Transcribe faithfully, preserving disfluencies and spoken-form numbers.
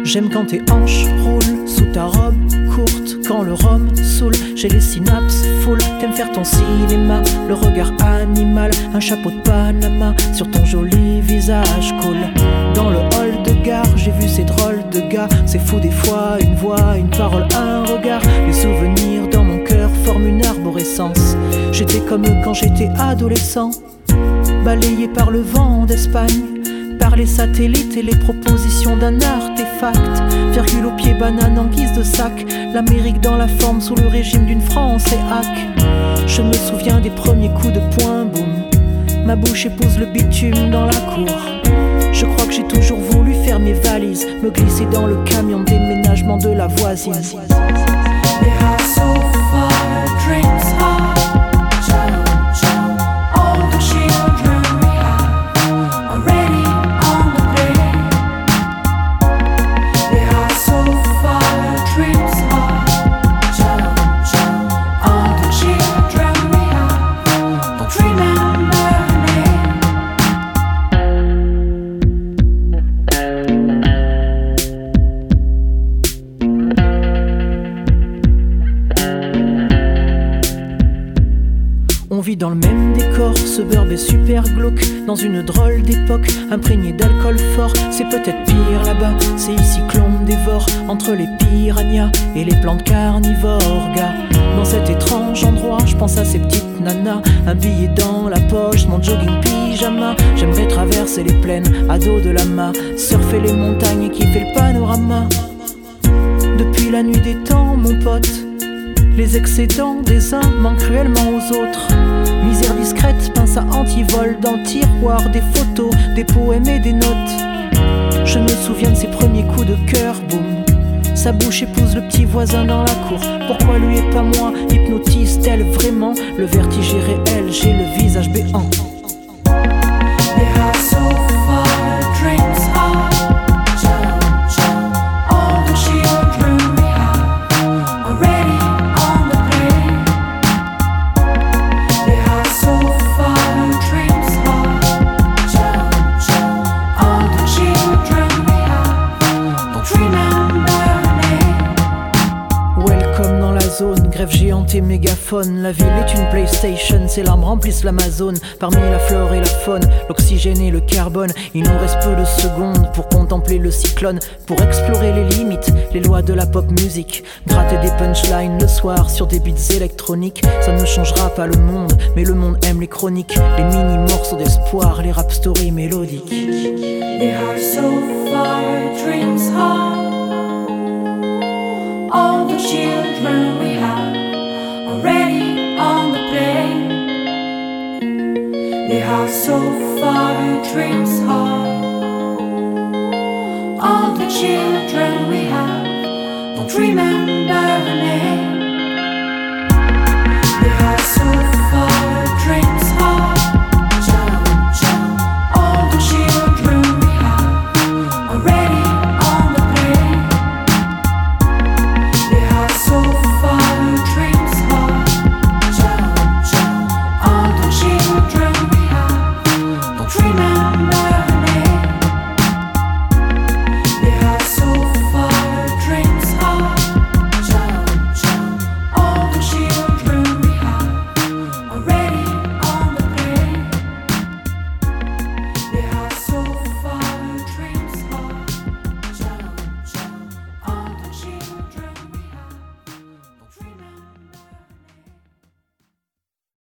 J'aime quand tes hanches roulent sous ta robe courte, quand le rhum saoule, j'ai les synapses full. T'aimes faire ton cinéma, le regard animal, un chapeau de Panama sur ton joli visage cool. Dans le hall de gare, j'ai vu ces drôles de gars. C'est fou des fois, une voix, une parole, un regard. Les souvenirs dans mon cœur forment une arborescence. J'étais comme eux quand j'étais adolescent, balayé par le vent d'Espagne, par les satellites et les propositions d'un artefact. Virgule au pied, banane en guise de sac, l'Amérique dans la forme sous le régime d'une France et hack. Je me souviens des premiers coups de poing, boum. Ma bouche épouse le bitume dans la cour. Je crois que j'ai toujours voulu faire mes valises, me glisser dans le camion de déménagement de la voisine. On vit dans le même décor, suburb est super glauque, dans une drôle d'époque, imprégnée d'alcool fort. C'est peut-être pire là-bas, c'est ici que l'on dévore, entre les piranhas et les plantes carnivores, gars. Dans cet étrange endroit, je pense à ces petites nanas, un billet dans la poche, mon jogging pyjama. J'aimerais traverser les plaines à dos de lama, surfer les montagnes et kiffer le panorama. Depuis la nuit des temps, mon pote, les excédents des uns manquent cruellement aux autres. Misère discrète, pince à antivol dans le tiroir, des photos, des poèmes et des notes. Je me souviens de ses premiers coups de cœur, boum. Sa bouche épouse le petit voisin dans la cour. Pourquoi lui et pas moi? Hypnotise-t-elle vraiment? Le vertige est réel, j'ai le visage béant. Grève géante et mégaphone, la ville est une PlayStation, ses larmes remplissent l'Amazone. Parmi la flore et la faune, l'oxygène et le carbone, il nous reste peu de secondes pour contempler le cyclone, pour explorer les limites, les lois de la pop music. Gratter des punchlines le soir sur des beats électroniques, ça ne changera pas le monde, mais le monde aime les chroniques, les mini morceaux d'espoir, les rap stories mélodiques. They are so far, dreams high. All the children we have already on the plane. They are so far, dreams high. All the children we have don't remember her name. They are so far.